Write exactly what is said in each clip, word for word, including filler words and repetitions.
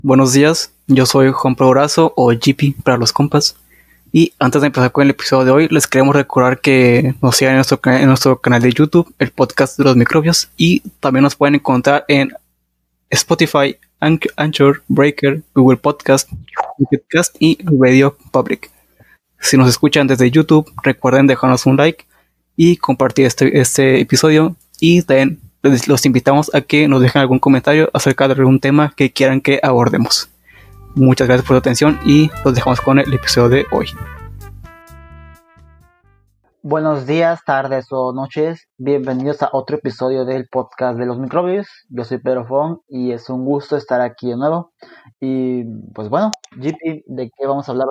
Buenos días, yo soy Juan Brazo o G P para los compas. Y antes de empezar con el episodio de hoy, les queremos recordar que nos sigan en nuestro, en nuestro canal de YouTube, el podcast de los microbios, y también nos pueden encontrar en Spotify, Anchor, Breaker, Google Podcast, Podcast y Radio Public. Si nos escuchan desde YouTube, recuerden dejarnos un like y compartir este, este episodio, y también los invitamos a que nos dejen algún comentario acerca de algún tema que quieran que abordemos. Muchas gracias por su atención y los dejamos con el episodio de hoy. Buenos días, tardes o noches. Bienvenidos a otro episodio del podcast de los microbios. Yo soy Pedro Fong y es un gusto estar aquí de nuevo. Y pues bueno, G P, ¿de qué vamos a hablar?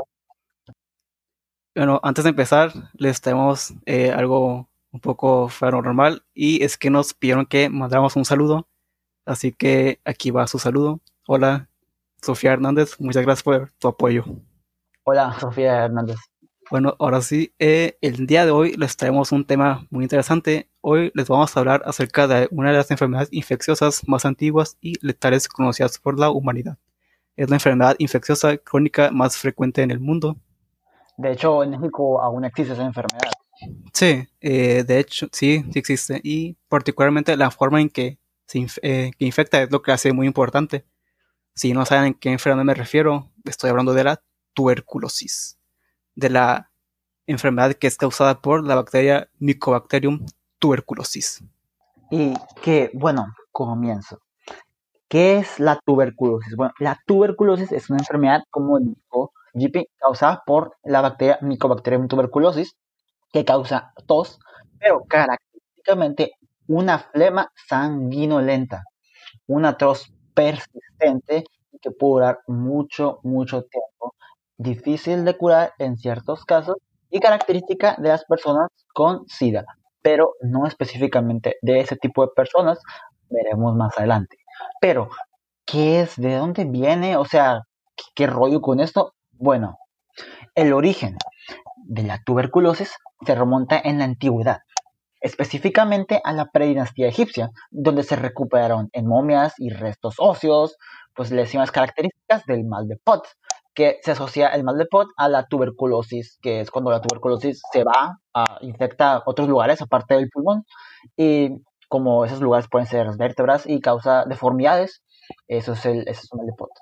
Bueno, antes de empezar, les tenemos eh, algo un poco paranormal, y es que nos pidieron que mandáramos un saludo, así que aquí va su saludo. Hola, Sofía Hernández, muchas gracias por tu apoyo. Hola, Sofía Hernández. Bueno, ahora sí, eh, el día de hoy les traemos un tema muy interesante. Hoy les vamos a hablar acerca de una de las enfermedades infecciosas más antiguas y letales conocidas por la humanidad. Es la enfermedad infecciosa crónica más frecuente en el mundo. De hecho, en México aún existe esa enfermedad. Sí, eh, de hecho, sí, sí existe. Y particularmente la forma en que se inf eh, que infecta es lo que hace muy importante. Si no saben en qué enfermedad me refiero, estoy hablando de la tuberculosis, de la enfermedad que es causada por la bacteria Mycobacterium tuberculosis. Y que, bueno, comienzo. ¿Qué es la tuberculosis? Bueno, la tuberculosis es una enfermedad, como dijo G P, causada por la bacteria Mycobacterium tuberculosis, que causa tos, pero característicamente una flema sanguinolenta, una tos persistente y que puede durar mucho, mucho tiempo, difícil de curar en ciertos casos y característica de las personas con SIDA, pero no específicamente de ese tipo de personas, veremos más adelante. Pero, ¿qué es? ¿De dónde viene? O sea, ¿qué, qué rollo con esto? Bueno, el origen de la tuberculosis se remonta en la antigüedad, específicamente a la predinastía egipcia, donde se recuperaron en momias y restos óseos, pues lesiones características del mal de Pot, que se asocia el mal de Pot a la tuberculosis, que es cuando la tuberculosis se va a infecta otros lugares aparte del pulmón, y como esos lugares pueden ser vértebras y causa deformidades, eso es el, eso es el mal de Pot.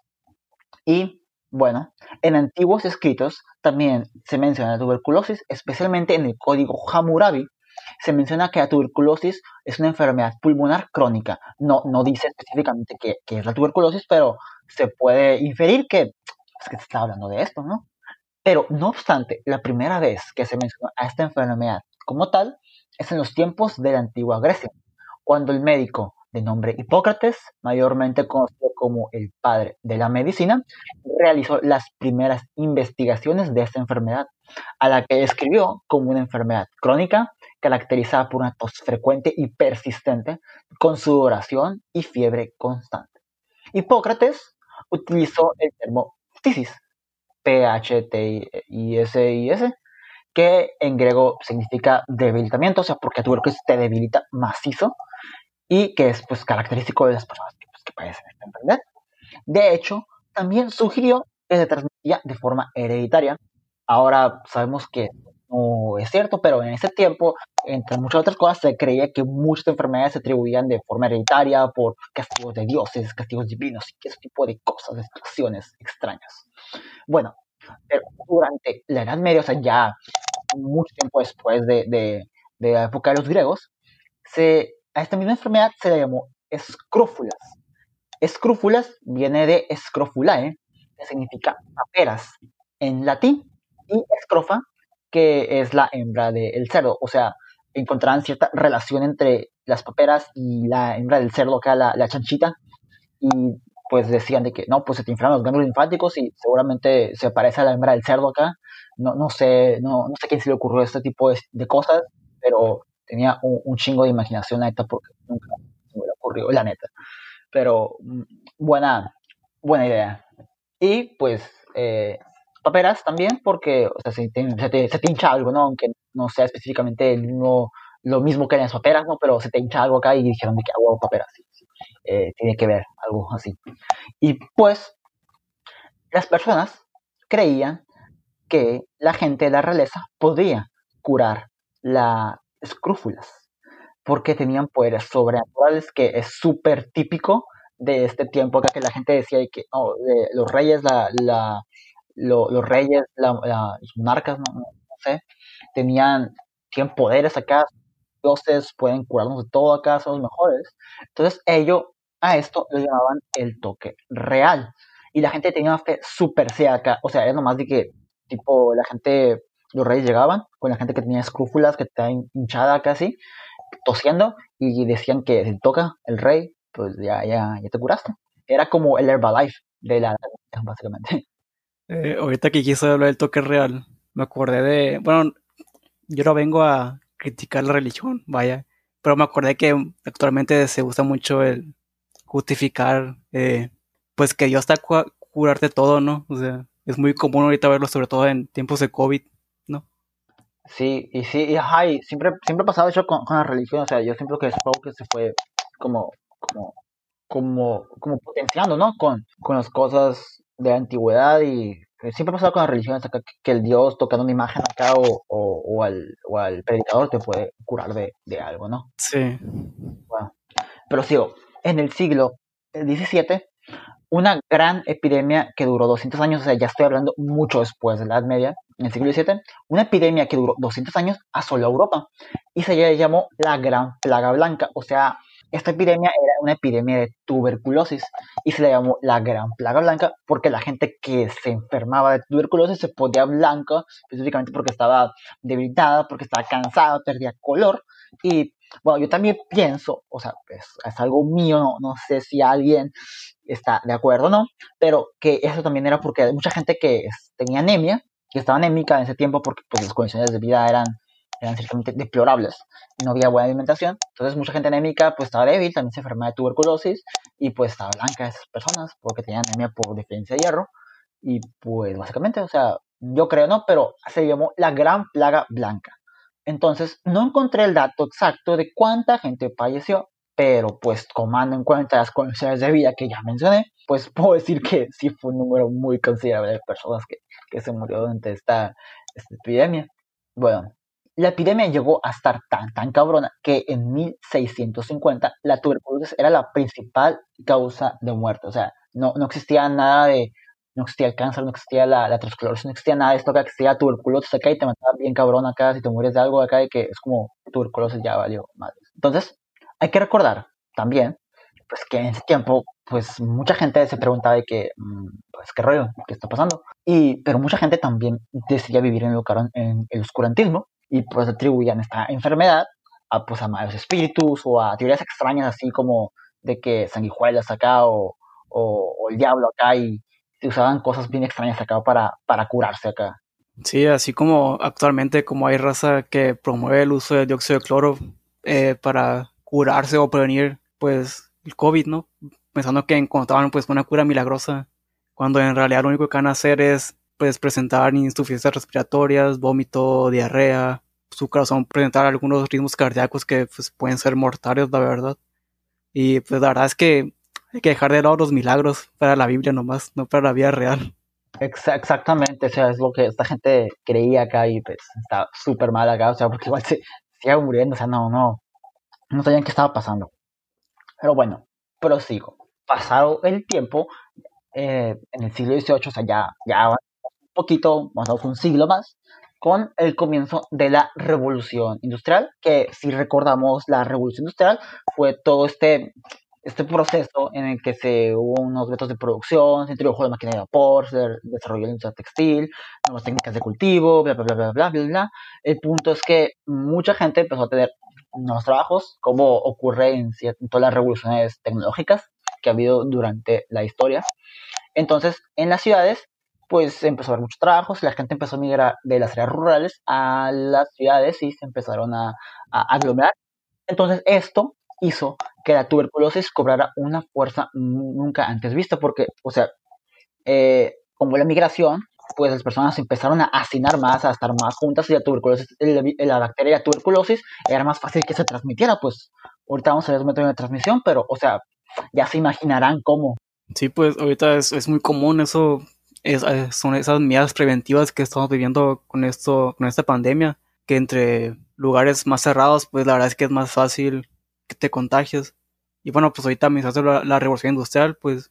Y bueno, en antiguos escritos también se menciona la tuberculosis, especialmente en el código Hammurabi. Se menciona que la tuberculosis es una enfermedad pulmonar crónica. No, no dice específicamente qué, qué es la tuberculosis, pero se puede inferir que, pues, que se está hablando de esto, ¿no? Pero no obstante, la primera vez que se menciona a esta enfermedad como tal es en los tiempos de la antigua Grecia, cuando el médico de nombre Hipócrates, mayormente conocido como el padre de la medicina, realizó las primeras investigaciones de esta enfermedad, a la que describió como una enfermedad crónica caracterizada por una tos frecuente y persistente, con sudoración y fiebre constante. Hipócrates utilizó el termo ptisis, P H T I S I S, que en griego significa debilitamiento, o sea, porque la tuberculosis te debilita macizo, y que es pues característico de las personas que, pues, que padecen esta enfermedad. De hecho, también sugirió que se transmitía de forma hereditaria. Ahora sabemos que no es cierto, pero en ese tiempo, entre muchas otras cosas, se creía que muchas enfermedades se atribuían de forma hereditaria por castigos de dioses, castigos divinos y ese tipo de cosas, de situaciones extrañas. Bueno, pero durante la Edad Media, o sea, ya mucho tiempo después de, de, de la época de los griegos, se, a esta misma enfermedad se le llamó escrófulas. Escrófulas viene de scrofulae, que significa paperas en latín, y escrofa, que es la hembra del cerdo. O sea, encontraban cierta relación entre las paperas y la hembra del cerdo, que era la, la chanchita, y pues decían de que no, pues se te inflaman los ganglios linfáticos y seguramente se parece a la hembra del cerdo acá. No, no sé, no, no sé quién se le ocurrió este tipo de, de cosas, pero tenía un, un, chingo de imaginación, la neta, porque nunca se me hubiera ocurrido, la neta. Pero buena, buena idea. Y pues eh, paperas también, porque o sea, se, te, se, te, se te hincha algo, ¿no? Aunque no sea específicamente el mismo, lo mismo que en las paperas, ¿no? Pero se te hincha algo acá y dijeron de que hago paperas, sí, sí. Eh, tiene que ver, algo así. Y pues Las personas creían que la gente de la realeza podía curar las escrúfulas porque tenían poderes sobrenaturales, que es súper típico de este tiempo acá, que la gente decía que oh, de los reyes, la, la, lo- los reyes, la, la- los monarcas, no, no- no sé, tenían, tienen poderes acá, dioses pueden curarnos de todo acá, son los mejores. Entonces ellos a esto lo llamaban el toque real. Y la gente tenía una fe súper ciega acá, o sea, era nomás de que, tipo, la gente, los reyes llegaban con la gente que tenía escrúfulas, que estaba hinchada casi, tosiendo, y decían que si toca el rey, pues ya, ya, ya te curaste. Era como el Herbalife de la básicamente. Eh, ahorita que quise hablar del toque real, me acordé de, bueno, yo no vengo a criticar la religión, vaya, pero me acordé que actualmente se usa mucho el justificar, eh, pues que Dios está a curarte todo, ¿no? O sea, es muy común ahorita verlo, sobre todo en tiempos de COVID, ¿no? Sí, y sí, y ajá, y siempre, siempre ha pasado eso con, con la religión, o sea, yo siempre que supongo que se fue como, como, como, como potenciando, ¿no? Con, con las cosas de la antigüedad y eh, siempre ha pasado con las religiones acá que, que el Dios tocando una imagen acá o, o, o al, o al predicador te puede curar de, de algo, ¿no? Sí. Bueno, pero sigo, en el siglo diecisiete una gran epidemia que duró doscientos años, o sea, ya estoy hablando mucho después de la Edad Media, en el siglo diecisiete, una epidemia que duró doscientos años asoló Europa y se llamó la Gran Plaga Blanca, o sea, esta epidemia era una epidemia de tuberculosis y se le llamó la Gran Plaga Blanca porque la gente que se enfermaba de tuberculosis se ponía blanca, específicamente porque estaba debilitada, porque estaba cansada, perdía color y bueno, yo también pienso, o sea, es, es algo mío, no, no sé si alguien está de acuerdo o no, pero que eso también era porque hay mucha gente que tenía anemia, que estaba anémica en ese tiempo porque pues, las condiciones de vida eran, eran ciertamente deplorables, no había buena alimentación, entonces mucha gente anémica pues estaba débil, también se enfermaba de tuberculosis y pues estaba blanca esas personas porque tenían anemia por deficiencia de hierro y pues básicamente, o sea, yo creo no, pero se llamó la gran plaga blanca. Entonces, no encontré el dato exacto de cuánta gente falleció, pero pues tomando en cuenta las condiciones de vida que ya mencioné, pues puedo decir que sí fue un número muy considerable de personas que, que se murió durante esta, esta epidemia. Bueno, la epidemia llegó a estar tan, tan cabrona que en mil seiscientos cincuenta la tuberculosis era la principal causa de muerte. O sea, no, no existía nada de, no existía el cáncer, no existía la, la aterosclerosis, no existía nada de esto acá, que existía tuberculosis acá y te mataba bien cabrón acá si te mueres de algo acá y que es como tuberculosis ya valió madre. Entonces, hay que recordar también, pues que en ese tiempo, pues mucha gente se preguntaba de que, mm, pues qué rollo, qué está pasando. Y, pero mucha gente también decidía vivir en el, en el oscurantismo y pues atribuían esta enfermedad a, pues, a malos espíritus o a teorías extrañas así como de que sanguijuelas acá o, o, o el diablo acá y se usaban cosas bien extrañas acá para, para curarse acá. Sí, así como actualmente como hay raza que promueve el uso de dióxido de cloro eh, para curarse o prevenir pues el COVID, ¿no? Pensando que encontraban pues una cura milagrosa, cuando en realidad lo único que van a hacer es pues presentar insuficiencias respiratorias, vómito, diarrea, su corazón presentar algunos ritmos cardíacos que pues pueden ser mortales, la verdad. Y pues la verdad es que hay que dejar de lado los milagros para la Biblia nomás, no para la vida real. Exa- exactamente, o sea, es lo que esta gente creía acá y pues está súper mal acá, o sea, porque igual se, se iba muriendo, o sea, no, no, no sabían qué estaba pasando. Pero bueno, prosigo. Pasado el tiempo, eh, en el siglo dieciocho, o sea, ya, ya un poquito, más o menos un siglo más, con el comienzo de la revolución industrial, que si recordamos, la revolución industrial fue todo este, este proceso en el que se hubo unos métodos de producción, se introdujo la máquina de vapor, se desarrolló la industria textil, nuevas técnicas de cultivo, bla, bla, bla, bla, bla, bla, bla. El punto es que mucha gente empezó a tener nuevos trabajos, como ocurre en, en todas las revoluciones tecnológicas que ha habido durante la historia. Entonces, en las ciudades, pues empezó a haber muchos trabajos, la gente empezó a migrar de las áreas rurales a las ciudades y se empezaron a, a aglomerar. Entonces, esto hizo que la tuberculosis cobrara una fuerza nunca antes vista, porque, o sea, eh, como la migración, pues las personas empezaron a hacinar más, a estar más juntas y la tuberculosis, la, la bacteria de la tuberculosis era más fácil que se transmitiera, pues ahorita vamos a ver los métodos de transmisión, pero, o sea, ya se imaginarán cómo. Sí, pues ahorita es, es muy común eso, es, eh, son esas medidas preventivas que estamos viviendo con esto, con esta pandemia, que entre lugares más cerrados, pues la verdad es que es más fácil que te contagies. Y bueno, pues ahorita mientras la, la revolución industrial, pues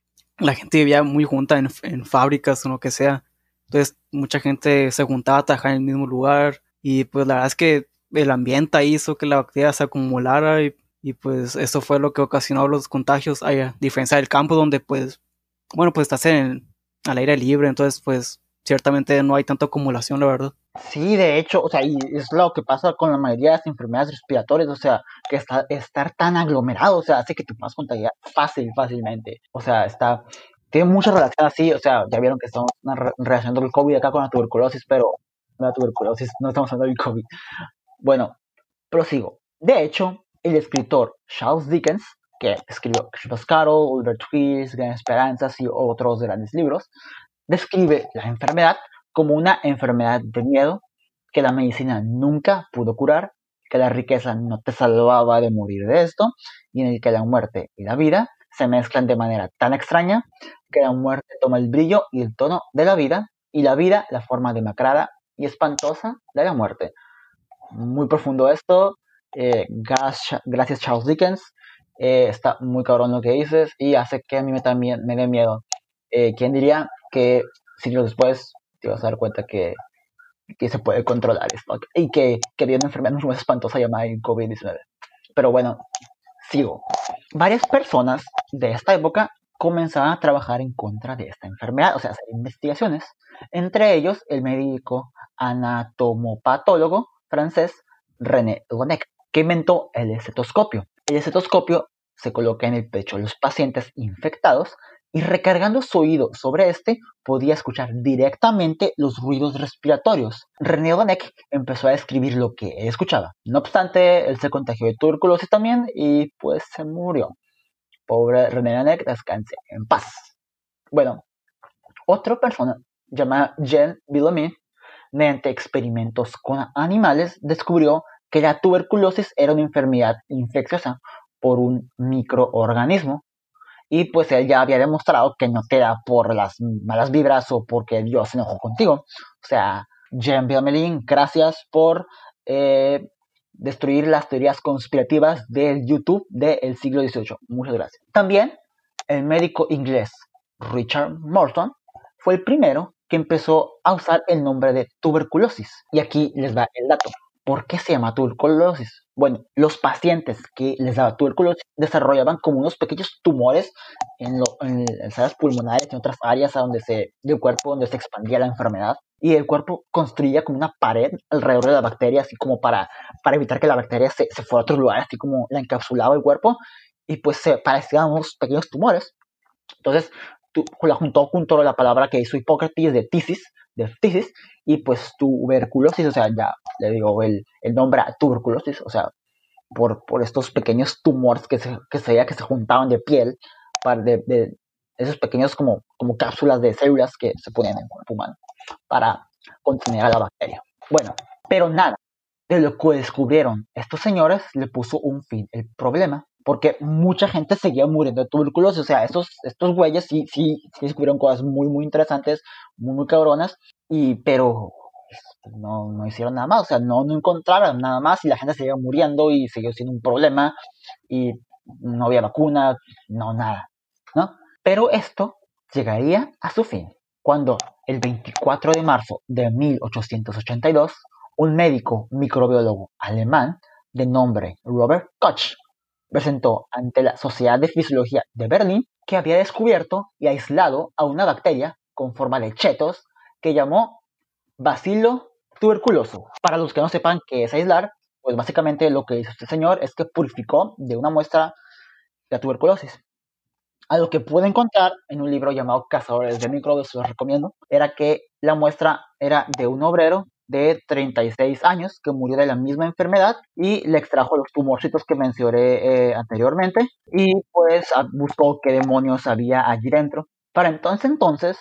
la gente vivía muy junta en, en fábricas o lo que sea. Entonces mucha gente se juntaba a trabajar en el mismo lugar y pues la verdad es que el ambiente hizo que la bacteria se acumulara y, y pues eso fue lo que ocasionó los contagios, a diferencia del campo donde pues, bueno, pues estás en, al aire libre, entonces pues ciertamente no hay tanta acumulación, la verdad. Sí, de hecho, o sea, y es lo que pasa con la mayoría de las enfermedades respiratorias, o sea, que está, estar tan aglomerado, o sea, hace que te puedas contagiar fácil, fácilmente. O sea, está, tiene mucha relación así, o sea, ya vieron que estamos re- relacionando el COVID acá con la tuberculosis, pero la tuberculosis, no estamos hablando del COVID. Bueno, prosigo. De hecho, el escritor Charles Dickens, que escribió Christmas Carol, Oliver Twist, Gran Esperanzas y otros grandes libros, describe la enfermedad como una enfermedad de miedo que la medicina nunca pudo curar, que la riqueza no te salvaba de morir de esto, y en el que la muerte y la vida se mezclan de manera tan extraña que la muerte toma el brillo y el tono de la vida, y la vida la forma demacrada y espantosa de la muerte. Muy profundo esto. Eh, gracias, gracias Charles Dickens. Eh, está muy cabrón lo que dices y hace que a mí me, también me dé miedo. Eh, ¿Quién diría que siglos después te vas a dar cuenta que, que se puede controlar esto y que, que había una enfermedad mucho más espantosa llamada COVID diecinueve? Pero bueno, sigo. Varias personas de esta época comenzaban a trabajar en contra de esta enfermedad, o sea, hacer investigaciones. Entre ellos, el médico anatomopatólogo francés René Laennec, que inventó el estetoscopio. El estetoscopio se coloca en el pecho de los pacientes infectados y recargando su oído sobre este podía escuchar directamente los ruidos respiratorios. René Laennec empezó a describir lo que él escuchaba. No obstante, él se contagió de tuberculosis también y pues se murió. Pobre René Laennec, descanse en paz. Bueno, otra persona llamada Jean Bellamy, mediante experimentos con animales, descubrió que la tuberculosis era una enfermedad infecciosa por un microorganismo y pues él ya había demostrado que no te da por las malas vibras o porque Dios se enojó contigo. O sea, Jean Bellamy, gracias por eh, destruir las teorías conspirativas del YouTube del siglo dieciocho. Muchas gracias. También el médico inglés Richard Morton fue el primero que empezó a usar el nombre de tuberculosis. Y aquí les va el dato. ¿Por qué se llama tuberculosis? Bueno, los pacientes que les daba tuberculosis desarrollaban como unos pequeños tumores en, lo, en las áreas pulmonares y en otras áreas a donde se, del cuerpo donde se expandía la enfermedad. Y el cuerpo construía como una pared alrededor de la bacteria, así como para, para evitar que la bacteria se, se fuera a otros lugares, así como la encapsulaba el cuerpo. Y pues se parecían unos pequeños tumores. Entonces, tú, la juntó junto a la palabra que hizo Hipócrates de tisis, de tisis, y pues tuberculosis, o sea, ya le digo el, el nombre a tuberculosis, o sea, por, por estos pequeños tumores que se, que se veía que se juntaban de piel, para de, de esos pequeños como, como cápsulas de células que se ponían en el cuerpo humano para contener a la bacteria. Bueno, pero nada de lo que descubrieron estos señores le puso un fin el problema, porque mucha gente seguía muriendo de tuberculosis. O sea, estos, estos güeyes sí, sí, sí descubrieron cosas muy, muy interesantes, muy, muy cabronas, y, pero no, no hicieron nada más. O sea, no, no encontraron nada más y la gente seguía muriendo y siguió siendo un problema y no había vacuna, no nada, ¿no? Pero esto llegaría a su fin cuando el veinticuatro de marzo de mil ochocientos ochenta y dos un médico microbiólogo alemán de nombre Robert Koch presentó ante la Sociedad de Fisiología de Berlín que había descubierto y aislado a una bacteria con forma de chetos que llamó Bacilo tuberculoso. Para los que no sepan qué es aislar, pues básicamente lo que hizo este señor es que purificó de una muestra la tuberculosis. A lo que pude encontrar en un libro llamado Cazadores de Microbios, se los recomiendo, era que la muestra era de un obrero de treinta y seis años que murió de la misma enfermedad y le extrajo los tumorcitos que mencioné eh, anteriormente y pues buscó qué demonios había allí dentro. Para entonces entonces,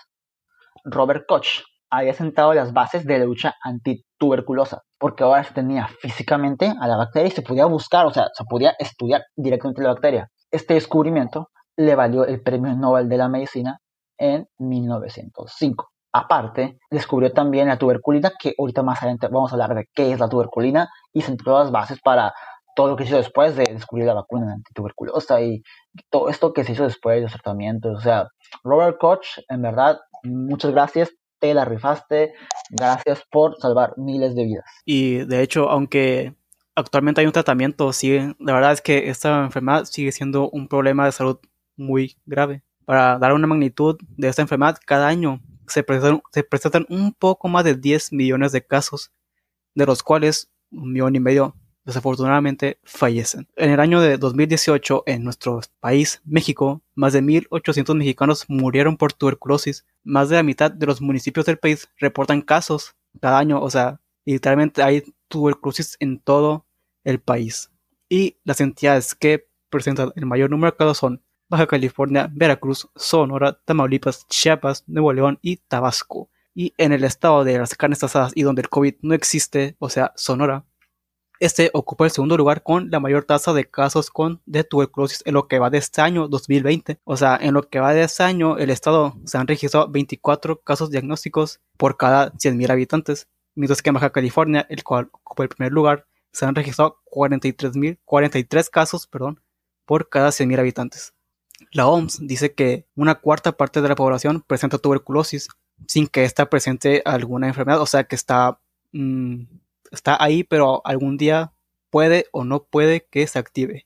Robert Koch había sentado las bases de la lucha antituberculosa, porque ahora se tenía físicamente a la bacteria y se podía buscar, o sea, se podía estudiar directamente la bacteria. Este descubrimiento le valió el Premio Nobel de la Medicina en mil novecientos cinco. Aparte, descubrió también la tuberculina, que ahorita más adelante vamos a hablar de qué es la tuberculina, y sentó las bases para todo lo que se hizo después de descubrir la vacuna antituberculosa y todo esto que se hizo después de los tratamientos. O sea, Robert Koch, en verdad, muchas gracias, te la rifaste, gracias por salvar miles de vidas. Y de hecho, aunque actualmente hay un tratamiento, sigue, la verdad es que esta enfermedad sigue siendo un problema de salud muy grave. Para dar una magnitud de esta enfermedad, cada año se presentan, se presentan un poco más de diez millones de casos, de los cuales un millón y medio desafortunadamente fallecen. En el año de dos mil dieciocho, en nuestro país, México, más de mil ochocientos mexicanos murieron por tuberculosis. Más de la mitad de los municipios del país reportan casos cada año, o sea, literalmente hay tuberculosis en todo el país. Y las entidades que presentan el mayor número de casos son Baja California, Veracruz, Sonora, Tamaulipas, Chiapas, Nuevo León y Tabasco. Y en el estado de las carnes asadas y donde el COVID no existe, o sea, Sonora, este ocupa el segundo lugar con la mayor tasa de casos con de tuberculosis en lo que va de este año dos mil veinte. O sea, en lo que va de este año, el estado se han registrado veinticuatro casos diagnósticos por cada cien mil habitantes, mientras que en Baja California, el cual ocupa el primer lugar, se han registrado cuarenta y tres mil, cuarenta y tres casos, perdón, por cada cien mil habitantes. La O M S dice que una cuarta parte de la población presenta tuberculosis sin que ésta presente alguna enfermedad, o sea que está, mmm, está ahí, pero algún día puede o no puede que se active.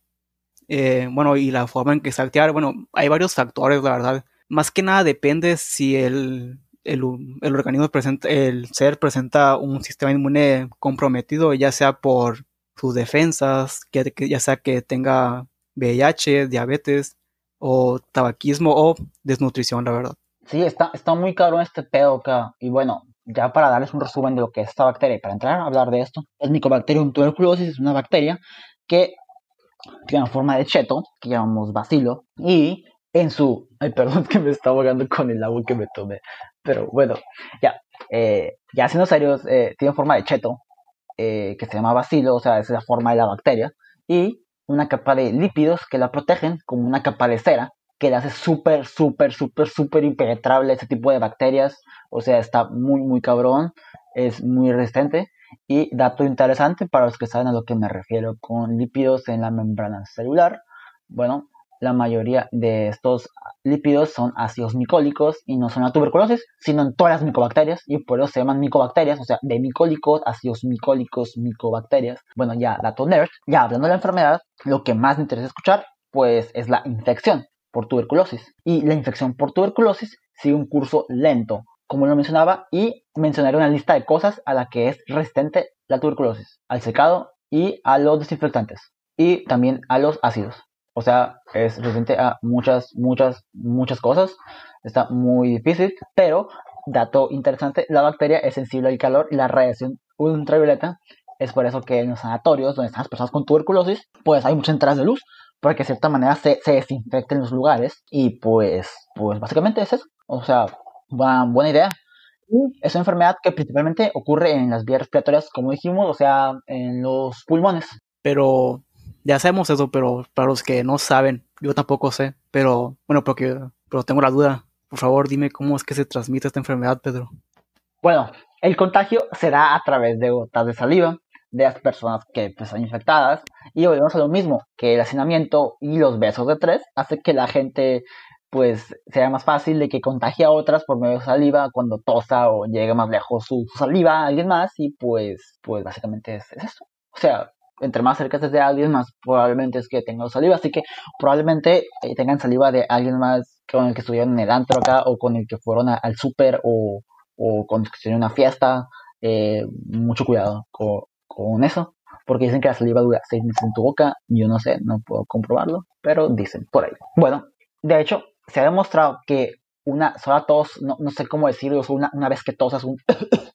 Eh, bueno, y la forma en que se activa, bueno, hay varios factores, la verdad. Más que nada depende si el, el, el organismo presenta, el ser presenta un sistema inmune comprometido, ya sea por sus defensas, que, que ya sea que tenga V I H, diabetes, o tabaquismo o desnutrición, la verdad. Sí, está, está muy cabrón este pedo acá. Y bueno, ya para darles un resumen de lo que es esta bacteria y para entrar a hablar de esto, el Mycobacterium tuberculosis es una bacteria que tiene forma de cheto, que llamamos bacilo, y en su... Ay, perdón que me estaba ahogando con el agua que me tomé, pero bueno, ya, eh, ya siendo serios, eh, tiene forma de cheto, eh, que se llama bacilo, o sea, es la forma de la bacteria, y una capa de lípidos que la protegen, como una capa de cera, que la hace súper, súper, súper, súper impenetrable a este tipo de bacterias. O sea, está muy, muy cabrón, es muy resistente. Y dato interesante para los que saben a lo que me refiero con lípidos en la membrana celular. Bueno, la mayoría de estos lípidos son ácidos micólicos y no son la tuberculosis, sino en todas las micobacterias, y por eso se llaman micobacterias, o sea, de micólicos, ácidos micólicos, micobacterias. Bueno, ya dato nerd, ya hablando de la enfermedad, lo que más me interesa escuchar, pues es la infección por tuberculosis. Y la infección por tuberculosis sigue un curso lento, como lo mencionaba, y mencionaré una lista de cosas a la que es resistente la tuberculosis: al secado y a los desinfectantes, y también a los ácidos. O sea, es resistente a muchas, muchas, muchas cosas. Está muy difícil, pero, dato interesante, la bacteria es sensible al calor y la radiación ultravioleta. Es por eso que en los sanatorios donde están las personas con tuberculosis, pues hay muchas entradas de luz, porque de cierta manera se, se desinfecten los lugares. Y pues, pues básicamente es eso. O sea, buena, buena idea. Es una enfermedad que principalmente ocurre en las vías respiratorias, como dijimos, o sea, en los pulmones. Pero ya sabemos eso, pero para los que no saben, yo tampoco sé, pero bueno, porque, pero tengo la duda. Por favor, dime cómo es que se transmite esta enfermedad, Pedro. Bueno, el contagio se da a través de gotas de saliva de las personas que pues, están infectadas, y volvemos a lo mismo, que el hacinamiento y los besos de tres hace que la gente pues sea más fácil de que contagie a otras por medio de saliva cuando tosa o llegue más lejos su, su saliva a alguien más, y pues, pues básicamente es, es eso. O sea, entre más cerca estés de alguien, más probablemente es que tenga saliva, así que probablemente eh, tengan saliva de alguien más con el que estuvieron en el antro acá, o con el que fueron a, al súper, o, o con el que estuvieron en una fiesta. Eh, mucho cuidado con, con eso, porque dicen que la saliva dura seis meses en tu boca. Yo no sé, no puedo comprobarlo, pero dicen por ahí. Bueno, de hecho, se ha demostrado que una sola tos, no, no sé cómo decirlo, una, una vez que tosas un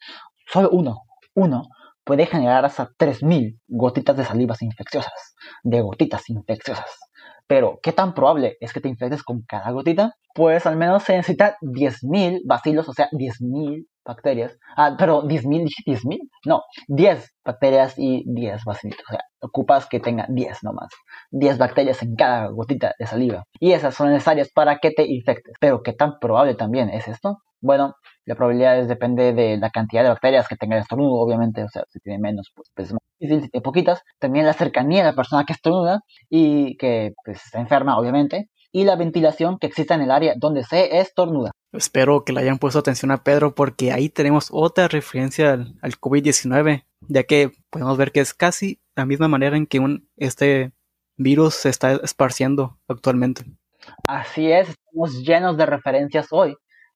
solo uno, uno puede generar hasta tres mil gotitas de salivas infecciosas, de gotitas infecciosas. Pero, ¿qué tan probable es que te infectes con cada gotita? Pues al menos se necesitan diez mil bacilos, o sea, diez mil bacterias. Ah, pero diez mil, dije diez mil. No, diez bacterias y diez bacilitos. O sea, ocupas que tenga diez nomás. diez bacterias en cada gotita de saliva. Y esas son necesarias para que te infectes. Pero ¿qué tan probable también es esto? Bueno, la probabilidad es, depende de la cantidad de bacterias que tenga el estornudo, obviamente. O sea, si tiene menos, pues, pues es más difícil. Si tiene poquitas, también la cercanía de la persona que estornuda y que pues, está enferma, obviamente. Y la ventilación que exista en el área donde se estornuda. Espero que le hayan puesto atención a Pedro porque ahí tenemos otra referencia al, al COVID diecinueve, ya que podemos ver que es casi la misma manera en que un, este virus se está esparciendo actualmente. Así es, estamos llenos de referencias hoy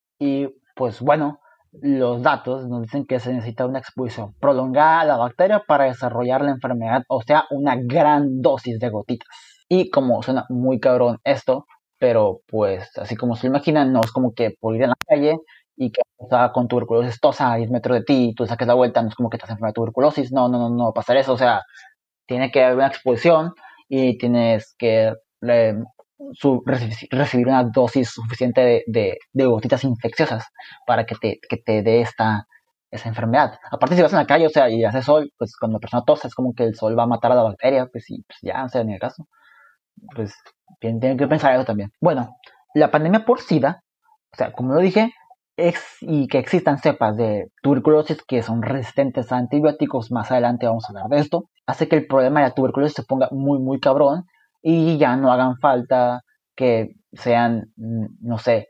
y pues bueno, los datos nos dicen que se necesita una exposición prolongada a la bacteria para desarrollar la enfermedad, o sea, una gran dosis de gotitas. Y como suena muy cabrón esto, pero pues así como se lo imaginan, no es como que por ir en la calle y que estás con tuberculosis tosa a diez metros de ti y tú saques la vuelta, no es como que estás enfermo de tuberculosis, no, no, no, no va a pasar eso, o sea, tiene que haber una exposición y tienes que eh, su, recibir una dosis suficiente de, de, de gotitas infecciosas para que te, que te dé esta, esa enfermedad. Aparte, si vas en la calle, o sea, y hace sol, pues cuando la persona tosa es como que el sol va a matar a la bacteria, pues sí, pues ya, o sea, en el caso. Pues tienen que pensar eso también. Bueno, la pandemia por SIDA, o sea, como lo dije, es, y que existan cepas de tuberculosis que son resistentes a antibióticos, más adelante vamos a hablar de esto, hace que el problema de la tuberculosis se ponga muy, muy cabrón y ya no hagan falta que sean, no sé,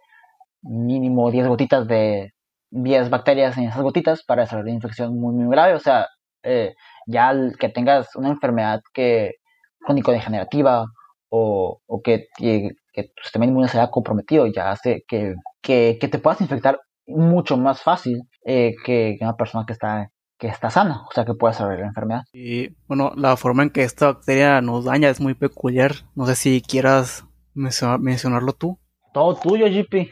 mínimo diez gotitas de diez bacterias en esas gotitas para desarrollar una infección muy, muy grave. O sea, eh, ya que tengas una enfermedad que crónico-degenerativa o, o que, que, que tu sistema inmune se haya comprometido, ya hace que, que, que te puedas infectar mucho más fácil eh, que, que una persona que está que está sana, o sea que puede desarrollar la enfermedad. Y bueno, la forma en que esta bacteria nos daña es muy peculiar. No sé si quieras mencionar, mencionarlo tú. Todo tuyo, G P.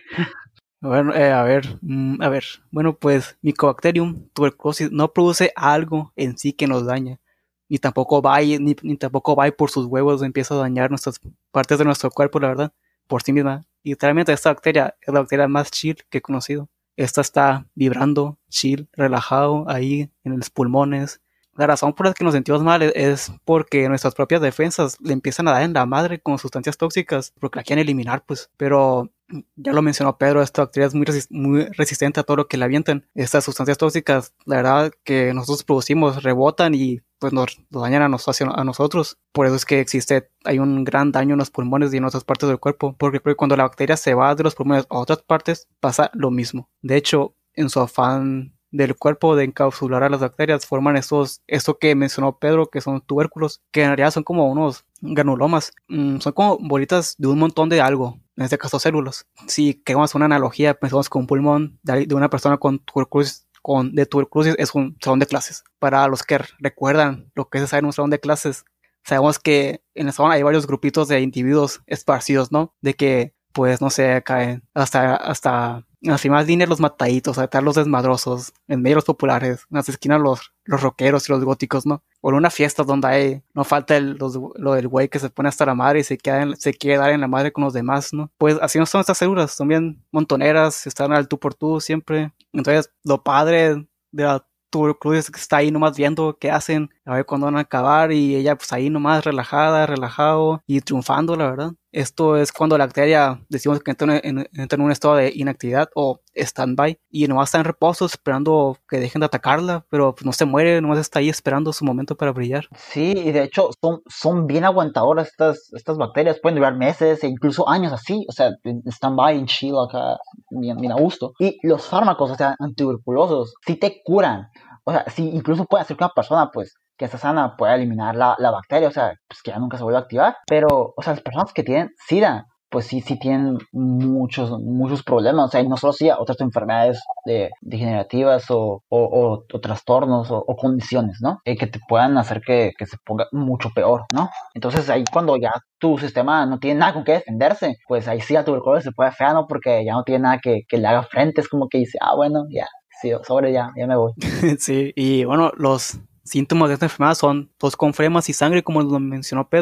A ver, eh, a ver, mm, a ver. Bueno, pues Mycobacterium tuberculosis no produce algo en sí que nos daña. Ni tampoco va y, ni, ni tampoco va y por sus huevos empieza a dañar nuestras partes de nuestro cuerpo, la verdad, por sí misma. Y literalmente esta bacteria es la bacteria más chill que he conocido. Esta está vibrando, chill, relajado, ahí en los pulmones. La razón por la que nos sentimos mal es porque nuestras propias defensas le empiezan a dar en la madre con sustancias tóxicas, porque la quieren eliminar, pues. Pero ya lo mencionó Pedro, esta bacteria es muy, resist- muy resistente a todo lo que le avientan. Estas sustancias tóxicas, la verdad, que nosotros producimos, rebotan y pues nos, nos dañan a, nos, a nosotros. Por eso es que existe, hay un gran daño en los pulmones y en otras partes del cuerpo, porque, porque cuando la bacteria se va de los pulmones a otras partes, pasa lo mismo. De hecho, en su afán del cuerpo de encapsular a las bacterias, forman estos, esto que mencionó Pedro, que son tubérculos, que en realidad son como unos granulomas, mm, son como bolitas de un montón de algo, en este caso células. Si queremos una analogía, pensamos que un pulmón de, de una persona con tuberculosis, con, de tuberculosis es un salón de clases. Para los que recuerdan lo que es estar en un salón de clases, sabemos que en el salón hay varios grupitos de individuos esparcidos, ¿no? De que, pues, no sé, caen hasta, hasta en las primeras líneas los mataditos, a estar los desmadrosos, en medio los populares, en las esquinas los, los rockeros y los góticos, ¿no? O en una fiesta donde hay, no falta el, los, lo del güey que se pone hasta la madre y se, queda en, se quiere dar en la madre con los demás, ¿no? Pues así no son estas células, son bien montoneras, están al tú por tú siempre. Entonces, lo padre de la tuberculosis que está ahí nomás viendo qué hacen, a ver cuándo van a acabar y ella pues ahí nomás relajada, relajado y triunfando, la verdad. Esto es cuando la bacteria decimos que entra en, entra en un estado de inactividad o stand-by y nomás está en reposo esperando que dejen de atacarla, pero pues no se muere, nomás está ahí esperando su momento para brillar. Sí, y de hecho son, son bien aguantadoras estas, estas bacterias, pueden durar meses e incluso años así, o sea, stand-by, en chill acá, bien, bien a gusto. Y los fármacos, o sea, antituberculosos, sí te curan, o sea, sí incluso puede hacer que una persona, pues, que está sana pueda eliminar la, la bacteria, o sea, pues que ya nunca se vuelve a activar. Pero, o sea, las personas que tienen SIDA, pues sí, sí tienen muchos, muchos problemas, o sea, y no solo SIDA, otras enfermedades de, degenerativas o, o, o, o trastornos o, o condiciones, ¿no? Eh, que te puedan hacer que, que se ponga mucho peor, ¿no? Entonces ahí cuando ya tu sistema no tiene nada con qué defenderse, pues ahí sí la tuberculosis se puede fea, ¿no? Porque ya no tiene nada que, que le haga frente, es como que dice, ah, bueno, ya, sí, sobre ya, ya me voy. Sí, y bueno, los síntomas de esta enfermedad son tos con flemas y sangre, como lo mencionó Pedro,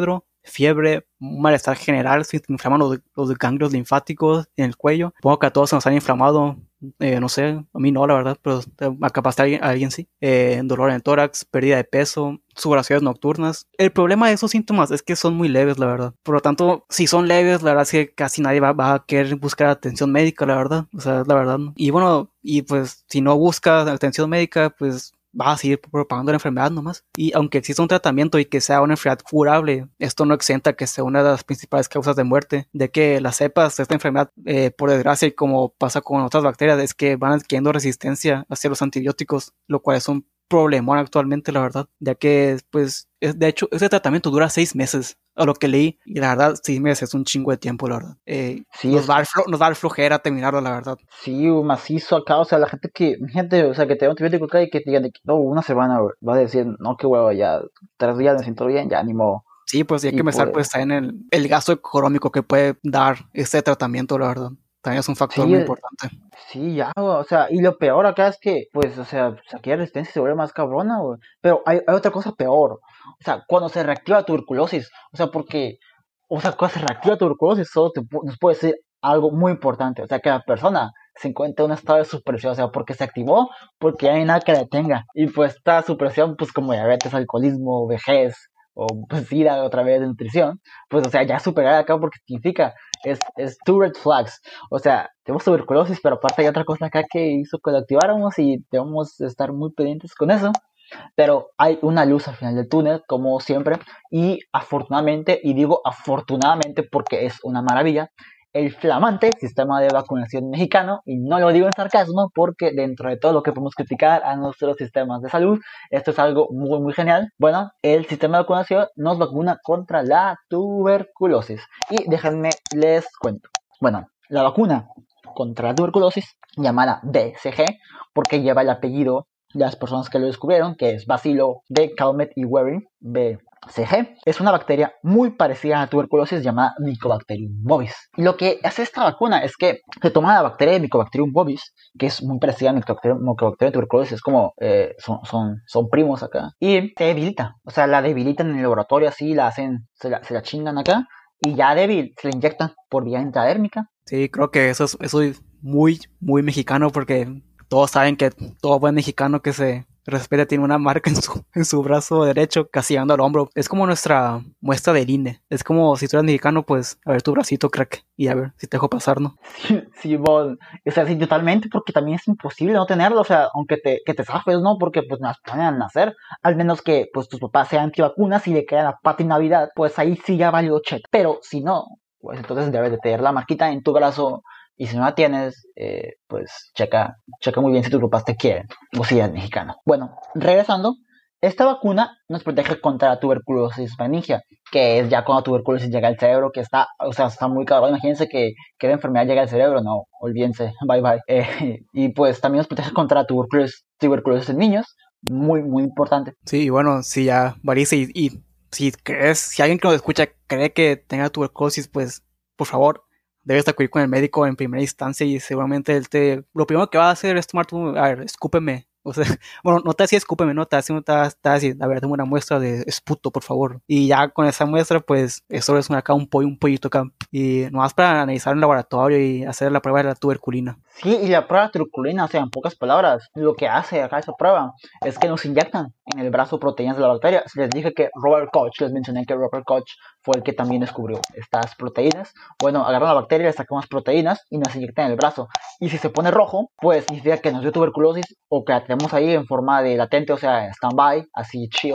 fiebre, un malestar general, se te inflaman los, los ganglios linfáticos en el cuello. Supongo que a todos se nos han inflamado, eh, no sé, a mí no, la verdad, pero a capaz de alguien, a alguien sí. Eh, dolor en el tórax, pérdida de peso, sudoraciones nocturnas. El problema de esos síntomas es que son muy leves, la verdad. Por lo tanto, si son leves, la verdad es que casi nadie va, va a querer buscar atención médica, la verdad. O sea, la verdad. ¿No? Y bueno, y pues si no buscas atención médica, pues vas a seguir propagando la enfermedad nomás. Y aunque exista un tratamiento y que sea una enfermedad curable, esto no exenta que sea una de las principales causas de muerte. De que las cepas de esta enfermedad, eh, por desgracia, y como pasa con otras bacterias, es que van adquiriendo resistencia hacia los antibióticos, lo cual es un problemón actualmente, la verdad, ya que, pues, es, de hecho, ese tratamiento dura seis meses, a lo que leí, y la verdad, seis meses es un chingo de tiempo, la verdad. Eh, Sí, nos, es va a dar flo- nos va a dar flojera terminarlo, la verdad. sí, macizo acá, o sea, la gente que, gente, o sea, que te da un antibiótico acá y que te digan de que, no, una semana, güey, va a decir, no, qué huevo, ya, tres días me siento bien, ya, ni modo. Sí, pues, y hay Y que pensar, pues, pues, en el, el gasto económico que puede dar este tratamiento, la verdad. También es un factor sí, muy eh, importante. sí, ya, güey, o sea, y lo peor acá es que, pues, o sea, pues, aquí la resistencia se vuelve más cabrona, güey. Pero hay, hay otra cosa peor, o sea, cuando se reactiva la tuberculosis, o sea, porque, o sea, cuando se reactiva la tuberculosis, solo te pu- nos puede decir algo muy importante, o sea, que la persona se encuentra en un estado de supresión, o sea, porque se activó, porque ya no hay nada que la detenga, y pues esta supresión, pues como diabetes, alcoholismo, vejez, o pues sida otra vez de nutrición, pues, o sea, ya superar acá porque significa, es, es two red flags, o sea, tenemos tuberculosis, pero aparte hay otra cosa acá que hizo que lo activáramos y debemos estar muy pendientes con eso. Pero hay una luz al final del túnel, como siempre, y afortunadamente, y digo afortunadamente porque es una maravilla, el flamante sistema de vacunación mexicano, y no lo digo en sarcasmo porque dentro de todo lo que podemos criticar a nuestros sistemas de salud, esto es algo muy muy genial. Bueno, el sistema de vacunación nos vacuna contra la tuberculosis. Y déjenme les cuento. Bueno, la vacuna contra la tuberculosis, llamada B C G, porque lleva el apellido de las personas que lo descubrieron, que es Bacilo de Calmette y Waring, B C G, es una bacteria muy parecida a la tuberculosis llamada Mycobacterium bovis. Y lo que hace esta vacuna es que se toma la bacteria de Mycobacterium bovis, que es muy parecida a Mycobacterium, Mycobacterium tuberculosis, es como, eh, son, son, son primos acá, y se debilita, o sea, la debilitan en el laboratorio así, la hacen, se la, se la chingan acá, y ya débil, se la inyectan por vía intradérmica. Sí, creo que eso es, eso es muy, muy mexicano porque todos saben que todo buen mexicano que se respeta tiene una marca en su, en su brazo derecho, casi llegando al hombro. Es como nuestra muestra del I N E. Es como si tú eres mexicano, pues a ver tu bracito, crack, y a ver si te dejo pasar, ¿no? Sí, sí, vos, o sea, sí, totalmente, porque también es imposible no tenerlo, o sea, aunque te, que te zafes, ¿no? Porque pues nos ponen al nacer, al menos que pues tus papás sean antivacunas y le quedan la pata en Navidad, pues ahí sí ya valió check. Pero si no, pues entonces debes de tener la marquita en tu brazo y si no la tienes, eh, pues checa, checa muy bien si tus papás te quieren o si eres mexicano. Bueno, regresando, esta vacuna nos protege contra la tuberculosis meningia, que es ya cuando la tuberculosis llega al cerebro, que está, o sea, está muy cabrón. Imagínense que, que la enfermedad llega al cerebro, no, olvídense, bye bye. Eh, y pues también nos protege contra la tuberculosis, tuberculosis en niños, muy, muy importante. Sí, y bueno, si ya varice y, y si crees, si alguien que nos escucha cree que tenga tuberculosis, pues por favor, debes acudir con el médico en primera instancia y seguramente él te, lo primero que va a hacer es tomar tu, a ver, escúpeme. O sea, bueno, no te decía escúpeme, no te decía, te va a decir, a ver, dame una muestra de esputo, por favor. Y ya con esa muestra, pues, eso es una, acá un pollo, un pollito acá. Y nomás para analizar en el laboratorio y hacer la prueba de la tuberculina. Sí, y la prueba truculina, o sea, en pocas palabras, lo que hace acá esa prueba es que nos inyectan en el brazo proteínas de la bacteria. Les dije que Robert Koch, les mencioné que Robert Koch fue el que también descubrió estas proteínas. Bueno, agarran la bacteria, le sacamos proteínas y nos inyectan en el brazo. Y si se pone rojo, pues significa que nos dio tuberculosis o que la tenemos ahí en forma de latente, o sea, stand-by, así chill,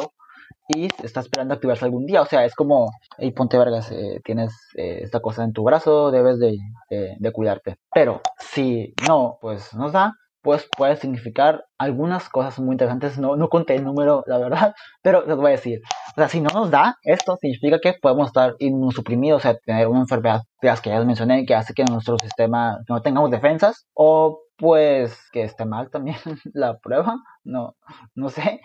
y está esperando activarse algún día. O sea, es como, hey, ponte vergas, eh, tienes eh, esta cosa en tu brazo, debes de, de, de cuidarte. Pero si no, pues nos da, pues puede significar algunas cosas muy interesantes. No, no conté el número, la verdad, pero les voy a decir. O sea, si no nos da, esto significa que podemos estar inmunosuprimidos, o sea, tener una enfermedad de las que ya les mencioné, que hace que nuestro sistema que no tengamos defensas, o pues que esté mal también la prueba, no, no sé.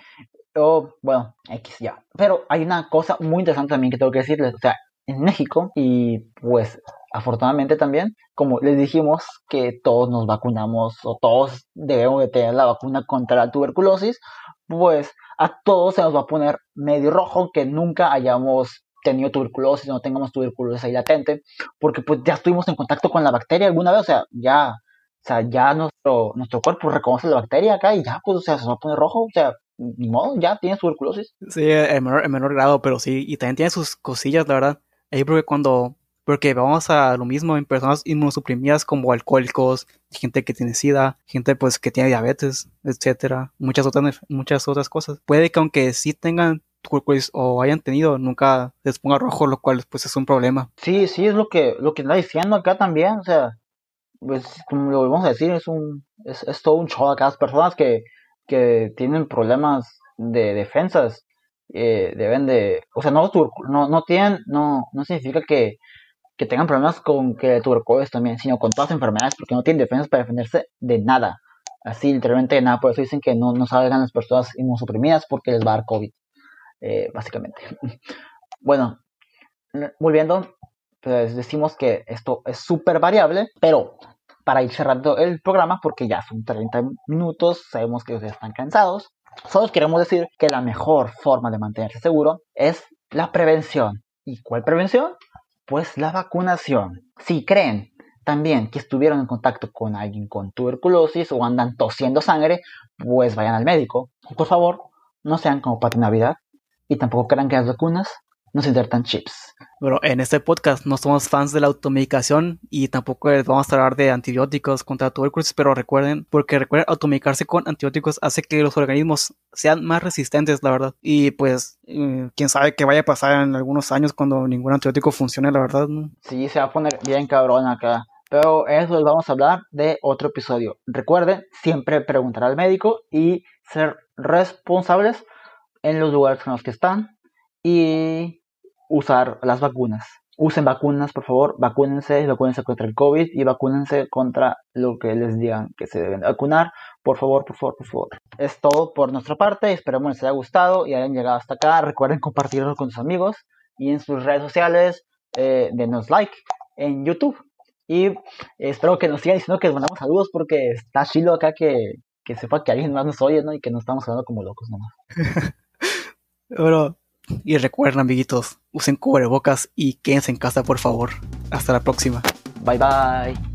O, bueno, X ya. Pero hay una cosa muy interesante también que tengo que decirles. O sea, en México, y pues afortunadamente también, como les dijimos que todos nos vacunamos o todos debemos de tener la vacuna contra la tuberculosis, pues a todos se nos va a poner medio rojo que nunca hayamos tenido tuberculosis, no tengamos tuberculosis ahí latente, porque pues ya estuvimos en contacto con la bacteria alguna vez, o sea, ya, o sea, ya nuestro, nuestro cuerpo reconoce la bacteria acá y ya, pues, o sea, se va a poner rojo, o sea, ni modo, ya tienes tuberculosis. Sí, en menor, en menor grado, pero sí, y también tiene sus cosillas, la verdad. Ahí porque cuando, porque vamos a lo mismo en personas inmunosuprimidas como alcohólicos, gente que tiene sida, gente pues que tiene diabetes, etcétera, muchas otras, muchas otras cosas. Puede que aunque sí tengan tuberculosis o hayan tenido, nunca les ponga rojo, lo cual pues es un problema. Sí, sí, es lo que, lo que está diciendo acá también, o sea, pues como lo volvemos a decir, es un, es, es todo un show acá. Las personas que, que tienen problemas de defensas eh, deben de, o sea, no, no, no tienen, no, no significa que, que tengan problemas con que tuberculosis también, sino con todas las enfermedades, porque no tienen defensas para defenderse de nada. Así, literalmente de nada, por eso dicen que no, no salgan las personas inmunosuprimidas porque les va a dar COVID, eh, básicamente. Bueno, volviendo, pues decimos que esto es súper variable, pero para ir cerrando el programa, porque ya son treinta minutos, sabemos que ustedes están cansados, solo queremos decir que la mejor forma de mantenerse seguro es la prevención. ¿Y cuál prevención? Pues la vacunación. Si creen también que estuvieron en contacto con alguien con tuberculosis o andan tosiendo sangre, pues vayan al médico. Y por favor, no sean como Pati Navidad y tampoco crean que las vacunas nos insertan chips. Pero en este podcast no somos fans de la automedicación y tampoco les vamos a hablar de antibióticos contra tuberculosis, pero recuerden, porque recuerden, automedicarse con antibióticos hace que los organismos sean más resistentes, la verdad. Y pues, eh, quién sabe qué vaya a pasar en algunos años cuando ningún antibiótico funcione, la verdad, ¿no? Sí, se va a poner bien cabrón acá. Pero eso les vamos a hablar de otro episodio. Recuerden siempre preguntar al médico y ser responsables en los lugares en los que están y usar las vacunas. Usen vacunas, por favor, vacúnense, vacúnense contra el COVID y vacúnense contra lo que les digan que se deben vacunar. Por favor, por favor, por favor. Es todo por nuestra parte. Esperemos les haya gustado y hayan llegado hasta acá. Recuerden compartirlo con sus amigos y en sus redes sociales. Eh, denos like en YouTube. Y eh, espero que nos sigan diciendo que les mandamos saludos porque está chido acá que, que sepa que alguien más nos oye, ¿no? Y que no estamos hablando como locos nomás. Pero, y recuerden, amiguitos, usen cubrebocas y quédense en casa, por favor. Hasta la próxima. Bye bye.